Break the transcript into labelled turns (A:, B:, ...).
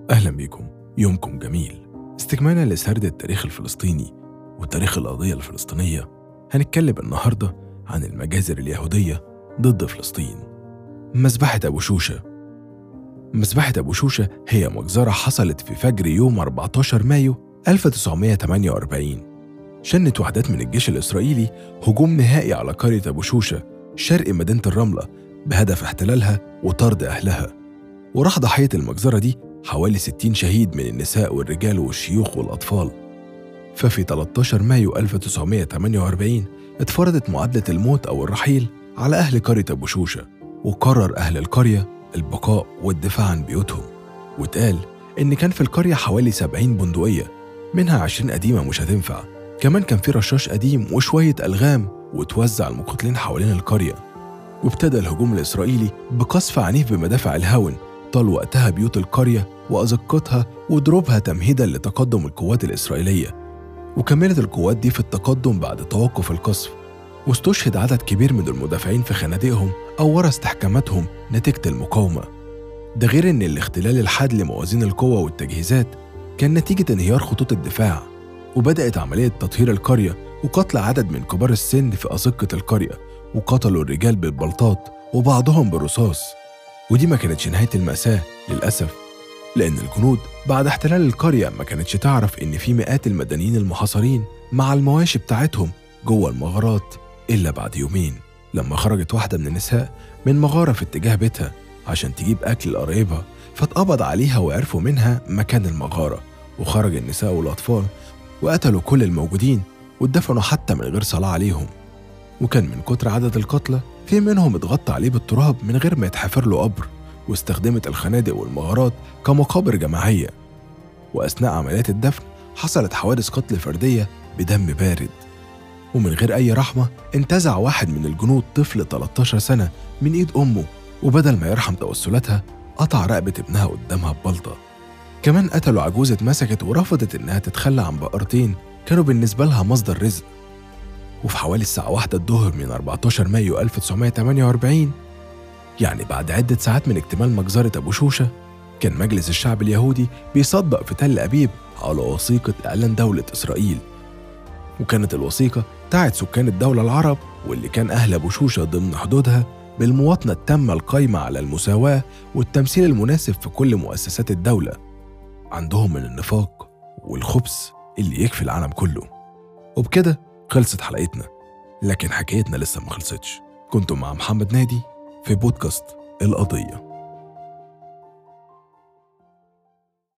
A: أهلا بكم، يومكم جميل. استكمالا لسرد التاريخ الفلسطيني وتاريخ القضية الفلسطينية، هنتكلم النهاردة عن المجازر اليهودية ضد فلسطين. مذبحة أبو شوشة. مذبحة أبو شوشة هي مجزرة حصلت في فجر يوم 14 مايو 1948. شنت وحدات من الجيش الإسرائيلي هجوم نهائي على قرية أبو شوشة شرق مدينة الرملة بهدف احتلالها وطرد أهلها، وراح ضحية المجزرة دي حوالي 60 شهيد من النساء والرجال والشيوخ والأطفال. ففي 13 مايو 1948 اتفرضت معادلة الموت أو الرحيل على أهل قرية أبو شوشة، وقرر أهل القرية البقاء والدفاع عن بيوتهم. واتقال إن كان في القرية حوالي 70 بندقية، منها 20 قديمة مش هتنفع. كمان كان في رشاش قديم وشوية ألغام، وتوزع المقاتلين حوالين القرية. وابتدى الهجوم الإسرائيلي بقصف عنيف بمدافع الهاون طال وقتها بيوت القرية وأزقتها وضربها تمهيدا لتقدم القوات الإسرائيلية. وكملت القوات دي في التقدم بعد توقف القصف، واستشهد عدد كبير من المدافعين في خنادقهم أو ورا استحكاماتهم نتيجة المقاومة. ده غير إن الاختلال الحاد لموازين القوة والتجهيزات كان نتيجة انهيار خطوط الدفاع. وبدأت عملية تطهير القرية وقتل عدد من كبار السن في أزقة القرية، وقتلوا الرجال بالبلطات وبعضهم بالرصاص. ودي ما كانتش نهاية المأساة للأسف، لأن الجنود بعد احتلال القرية ما كانتش تعرف إن في مئات المدنيين المحاصرين مع المواشي بتاعتهم جوه المغارات إلا بعد يومين، لما خرجت واحدة من النساء من مغارة في اتجاه بيتها عشان تجيب أكل لقرايبها، فاتقبض عليها وعرفوا منها مكان المغارة. وخرج النساء والأطفال وقتلوا كل الموجودين واتدفنوا حتى من غير صلاة عليهم. وكان من كتر عدد القتلى في منهم اتغطى عليه بالتراب من غير ما يتحفر له قبر، واستخدمت الخنادق والمغارات كمقابر جماعية. وأثناء عمليات الدفن حصلت حوادث قتل فردية بدم بارد. ومن غير أي رحمة انتزع واحد من الجنود طفل 13 سنة من إيد أمه، وبدل ما يرحم توسلاتها قطع رقبة ابنها قدامها ببلطة. كمان قتلوا عجوزة مسكت ورفضت إنها تتخلى عن بقرتين كانوا بالنسبة لها مصدر رزق. وفي حوالي الساعة 1 الظهر من 14 مايو 1948، يعني بعد عدة ساعات من اكتمال مجزرة أبو شوشة، كان مجلس الشعب اليهودي بيصدق في تل أبيب على وثيقة إعلان دولة إسرائيل. وكانت الوثيقة تعد سكان الدولة العرب واللي كان أهل أبو شوشة ضمن حدودها بالمواطنة التامة القايمة على المساواة والتمثيل المناسب في كل مؤسسات الدولة. عندهم من النفاق والخبث اللي يكفي العالم كله. وبكده خلصت حلقتنا، لكن حكايتنا لسه ما خلصتش. كنتم مع محمد نادي في بودكاست القضية.